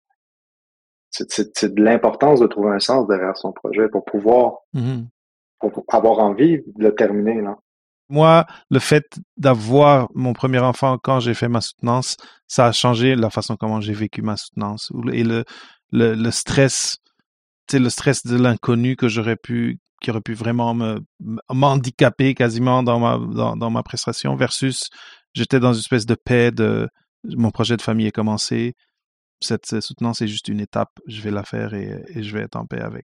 c'est, c'est, c'est de l'importance de trouver un sens derrière son projet pour pouvoir Mm-hmm. pour avoir envie de le terminer, là. Moi, le fait d'avoir mon premier enfant quand j'ai fait ma soutenance, ça a changé la façon comment j'ai vécu ma soutenance. Et le, le, le stress, c'est le stress de l'inconnu que j'aurais pu, qui aurait pu vraiment me, m'handicaper quasiment dans ma, dans, dans ma prestation versus j'étais dans une espèce de paix de, mon projet de famille est commencé. Cette, cette soutenance est juste une étape. Je vais la faire et, et je vais être en paix avec.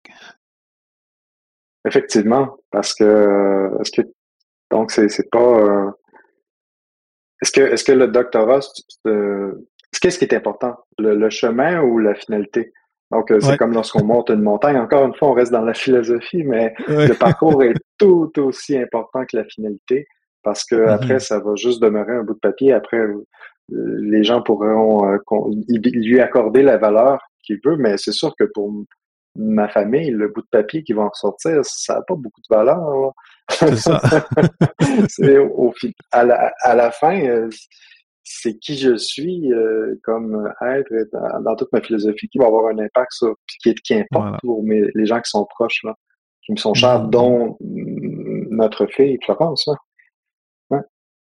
Effectivement, parce que est-ce que donc c'est c'est pas euh, est-ce que est-ce que le doctorat c'est, euh, qu'est-ce qui est important, le, le chemin ou la finalité? Donc euh, c'est Ouais. comme lorsqu'on monte une montagne. Encore une fois, on reste dans la philosophie, mais Ouais. le parcours est tout aussi important que la finalité parce que après Mm-hmm. ça va juste demeurer un bout de papier. Après, euh, les gens pourront euh, lui accorder la valeur qu'il veut, mais c'est sûr que pour ma famille, le bout de papier qui va en ressortir, ça n'a pas beaucoup de valeur, là. C'est ça. C'est au, au, à, la, à la fin, euh, c'est qui je suis euh, comme être dans, dans toute ma philosophie qui va avoir un impact sur, puis qui, qui importe Voilà. pour mes, les gens qui sont proches, là, qui me sont chers, Mm-hmm. dont notre fille Florence, là. Ouais.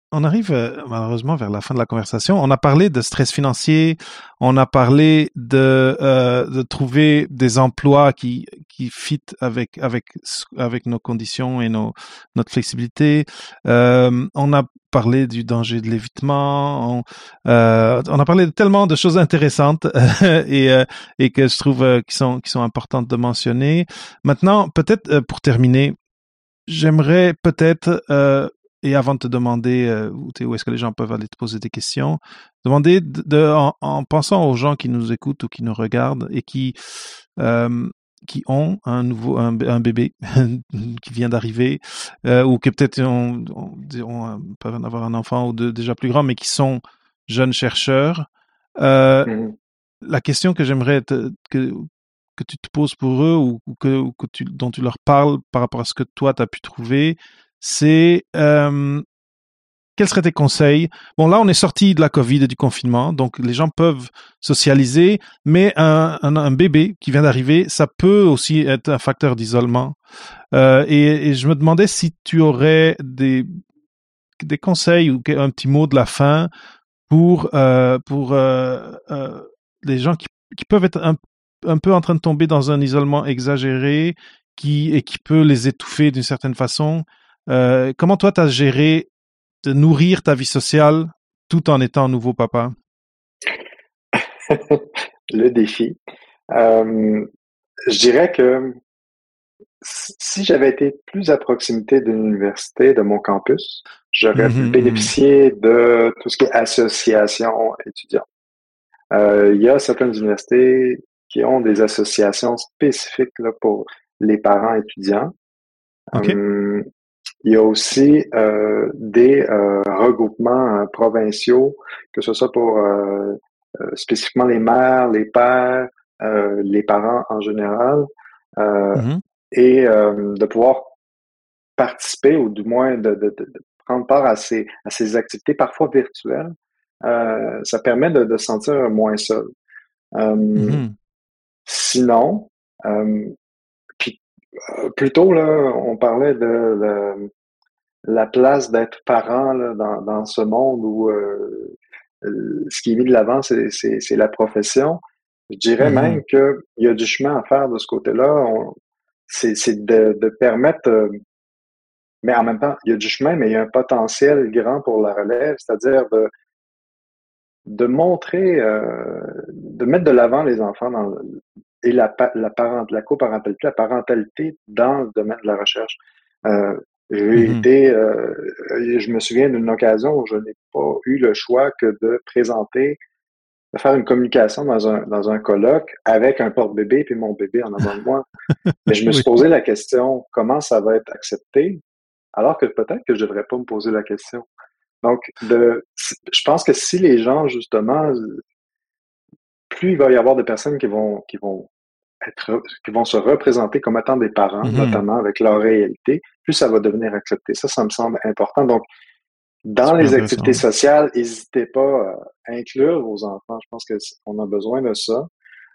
on arrive euh, malheureusement vers la fin de la conversation. On a parlé de stress financier, on a parlé de euh, de trouver des emplois qui qui fit avec avec avec nos conditions et nos notre flexibilité. Euh, on a parlé du danger de l'évitement. On, euh, on a parlé de tellement de choses intéressantes et euh, et que je trouve euh, qui sont qui sont importantes de mentionner. Maintenant, peut-être euh, pour terminer, j'aimerais peut-être euh, et avant de te demander euh, où, où est-ce que les gens peuvent aller te poser des questions, demander de, de en, en pensant aux gens qui nous écoutent ou qui nous regardent et qui euh, qui ont un nouveau un, un bébé qui vient d'arriver euh, ou qui peut-être ont, ont, ont, peuvent en avoir un enfant ou de, déjà plus grand mais qui sont jeunes chercheurs. Euh, Mhm. La question que j'aimerais te, que que tu te poses pour eux ou, ou que, ou que tu, dont tu leur parles par rapport à ce que toi tu as pu trouver, c'est euh, quels seraient tes conseils? Bon, là, on est sorti de la COVID et du confinement, donc les gens peuvent socialiser, mais un, un, un bébé qui vient d'arriver, ça peut aussi être un facteur d'isolement. Euh, et, et je me demandais si tu aurais des, des conseils ou un petit mot de la fin pour, euh, pour euh, euh, les gens qui, qui peuvent être un, un peu en train de tomber dans un isolement exagéré qui, et qui peut les étouffer d'une certaine façon. Euh, comment toi, tu as géré de nourrir ta vie sociale tout en étant nouveau papa? Le défi. Euh, je dirais que si j'avais été plus à proximité de l'université, de mon campus, j'aurais Mhm, bénéficié de tout ce qui est association étudiante. Euh, il y a certaines universités qui ont des associations spécifiques là, pour les parents étudiants. OK. Hum, il y a aussi euh, des euh, regroupements euh, provinciaux, que ce soit pour euh, euh, spécifiquement les mères, les pères, euh, les parents en général, euh, Mhm, et euh, de pouvoir participer ou du moins de, de, de, de prendre part à ces, à ces activités parfois virtuelles. Euh, ça permet de, de se sentir moins seul. Euh, mhm, sinon, euh, puis euh, plus tôt, là, on parlait de, de la place d'être parent là, dans, dans ce monde où euh, euh, ce qui est mis de l'avant, c'est, c'est, c'est la profession. Je dirais mhm, même qu'il y a du chemin à faire de ce côté-là. On, c'est, c'est de, de permettre, euh, mais en même temps, il y a du chemin, mais il y a un potentiel grand pour la relève, c'est-à-dire de, de montrer, euh, de mettre de l'avant les enfants dans le- et la, pa- la, parent, la coparentalité, la parentalité dans le domaine de la recherche. Euh, j'ai mhm. été, euh, je me souviens d'une occasion où je n'ai pas eu le choix que de présenter, de faire une communication dans un, dans un colloque avec un porte-bébé puis mon bébé en avant de moi. Mais je me suis Oui. posé la question, comment ça va être accepté? Alors que peut-être que je devrais pas me poser la question. Donc, de, je pense que si les gens, justement, plus il va y avoir de personnes qui vont, qui vont être, qui vont se représenter comme étant des parents, Mhm. notamment avec leur réalité, plus ça va devenir accepté. Ça, ça me semble important. Donc, dans Super les activités intéressant. sociales, n'hésitez pas à inclure vos enfants. Je pense qu'on a besoin de ça.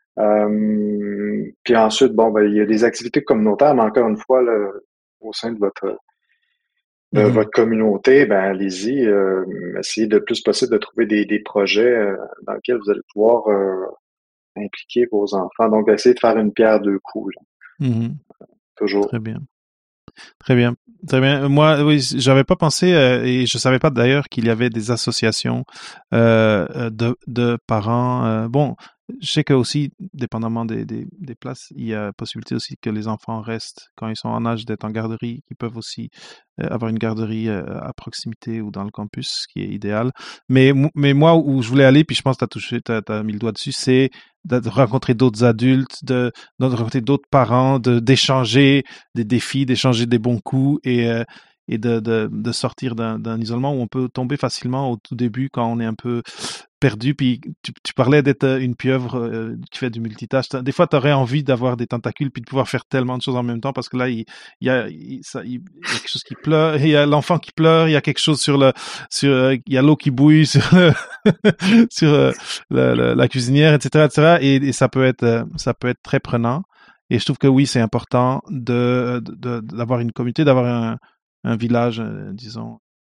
Euh, puis ensuite, bon, ben, il y a des activités communautaires, mais encore une fois, là, au sein de votre de Mhm. votre communauté, ben allez-y, euh, essayez de plus possible de trouver des, des projets euh, dans lesquels vous allez pouvoir euh, impliquer vos enfants. Donc, essayez de faire une pierre deux coups, là, Mhm. toujours. Très bien. Très bien, très bien. Moi, oui, j'avais pas pensé euh, et je savais pas d'ailleurs qu'il y avait des associations euh, euh, de, de parents. Euh, bon, je sais que aussi, dépendamment des, des, des places, il y a possibilité aussi que les enfants restent quand ils sont en âge d'être en garderie, qu'ils peuvent aussi euh, avoir une garderie euh, à proximité ou dans le campus, ce qui est idéal. Mais mou- mais moi où je voulais aller, puis je pense que t'as touché, t'as, t'as mis le doigt dessus, c'est de de rencontrer d'autres adultes, de, de rencontrer d'autres parents, de d'échanger des défis, d'échanger des bons coups et, euh, et de, de, de sortir d'un, d'un isolement où on peut tomber facilement au tout début quand on est un peu perdu. Puis tu, tu parlais d'être euh, une pieuvre euh, qui fait du multitâche. Des fois, tu aurais envie d'avoir des tentacules puis de pouvoir faire tellement de choses en même temps parce que là, il, il, y, a, il, ça, il, il y a quelque chose qui pleure, il y a l'enfant qui pleure, il y a quelque chose sur le, sur, euh, il y a l'eau qui bouille sur, le, sur euh, la, la, la cuisinière, et cetera, et cetera. Et, et ça peut être, euh, ça peut être très prenant. Et je trouve que oui, c'est important de, de, d'avoir une communauté, d'avoir un, un village, euh, disons,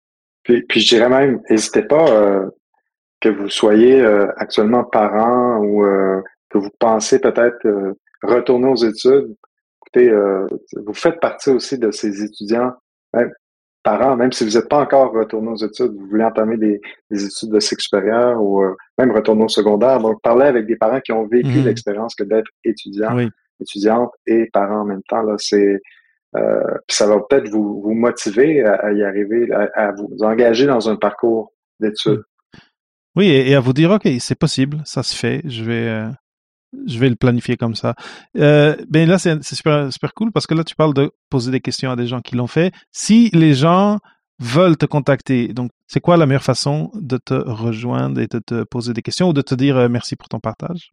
Puis, puis je dirais même, n'hésitez pas, euh, que vous soyez euh, actuellement parent ou euh, que vous pensez peut-être euh, retourner aux études. Écoutez, euh, vous faites partie aussi de ces étudiants, même parents, même si vous n'êtes pas encore retourné aux études, vous voulez entamer des, des études de cycle supérieur ou euh, même retourner au secondaire. Donc, parlez avec des parents qui ont vécu mmh. l'expérience que d'être étudiant, oui. étudiante et parent en même temps. Là, c'est euh, puis ça va peut-être vous, vous motiver à, à y arriver, à, à vous engager dans un parcours d'études. Oui, et, et à vous dire, OK, c'est possible, ça se fait, je vais... Euh... Je vais le planifier comme ça. Euh, ben là, c'est, c'est super, super cool parce que là, tu parles de poser des questions à des gens qui l'ont fait. Si les gens veulent te contacter, donc c'est quoi la meilleure façon de te rejoindre et de te poser des questions ou de te dire euh, merci pour ton partage?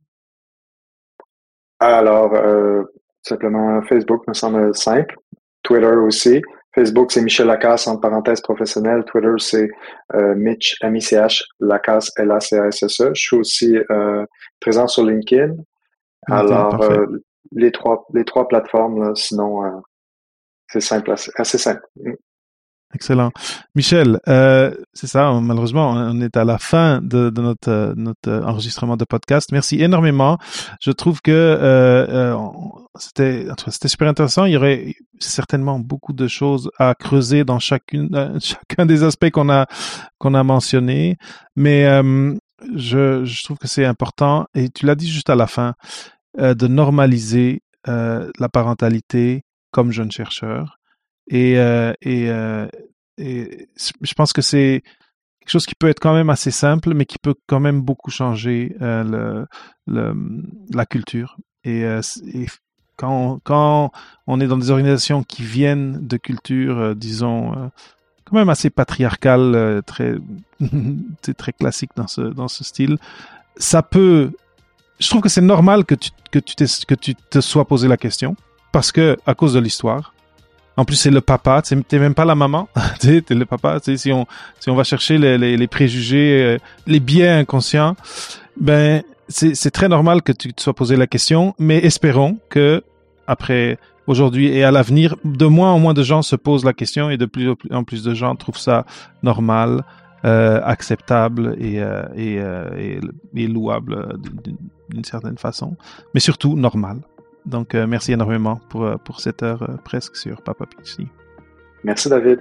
Alors, euh, simplement Facebook me semble simple. Twitter aussi. Facebook, c'est Michel Lacasse, entre parenthèses professionnel. Twitter, c'est euh, Mitch, M I C H, Lacasse, L A C A S S E. Je suis aussi euh, présent sur LinkedIn. Alors, okay, euh, les trois les trois plateformes, là, sinon, euh, c'est simple, assez, assez simple. Excellent. Michel, euh, c'est ça, malheureusement, on est à la fin de, de notre, notre enregistrement de podcast. Merci énormément. Je trouve que euh, euh, c'était, c'était super intéressant. Il y aurait certainement beaucoup de choses à creuser dans chacune, euh, chacun des aspects qu'on a, qu'on a mentionnés. Mais euh, je, je trouve que c'est important, et tu l'as dit juste à la fin, euh, de normaliser euh, la parentalité comme jeune chercheur. Et, euh, et, euh, et je pense que c'est quelque chose qui peut être quand même assez simple, mais qui peut quand même beaucoup changer euh, le, le, la culture. Et, euh, et quand, on, quand on est dans des organisations qui viennent de cultures, euh, disons, euh, quand même assez patriarcales, euh, très, c'est très classique dans ce, dans ce style, ça peut... Je trouve que c'est normal que tu, que tu, que tu te sois posé la question, parce que à cause de l'histoire. En plus, c'est le papa, t'es même pas la maman, t'es le papa. Si on, si on va chercher les, les, les préjugés, les biais inconscients, ben c'est, c'est très normal que tu te sois posé la question, mais espérons que après aujourd'hui et à l'avenir, de moins en moins de gens se posent la question et de plus en plus de gens trouvent ça normal, euh, acceptable et, euh, et, euh, et, et louable d'une, d'une certaine façon, mais surtout normal. Donc, euh, merci énormément pour, euh, pour cette heure euh, presque sur Papa PhD. Merci, David.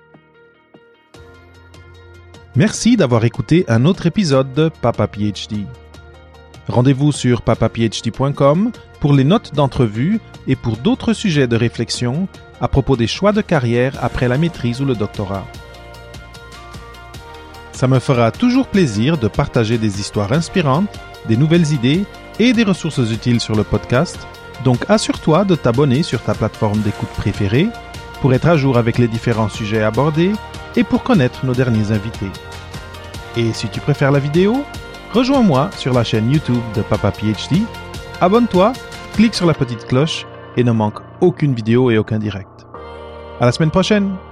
Merci d'avoir écouté un autre épisode de Papa PhD. Rendez-vous sur papa p h d point com pour les notes d'entrevue et pour d'autres sujets de réflexion à propos des choix de carrière après la maîtrise ou le doctorat. Ça me fera toujours plaisir de partager des histoires inspirantes, des nouvelles idées et des ressources utiles sur le podcast. Donc assure-toi de t'abonner sur ta plateforme d'écoute préférée pour être à jour avec les différents sujets abordés et pour connaître nos derniers invités. Et si tu préfères la vidéo, rejoins-moi sur la chaîne YouTube de Papa PhD, abonne-toi, clique sur la petite cloche et ne manque aucune vidéo et aucun direct. À la semaine prochaine!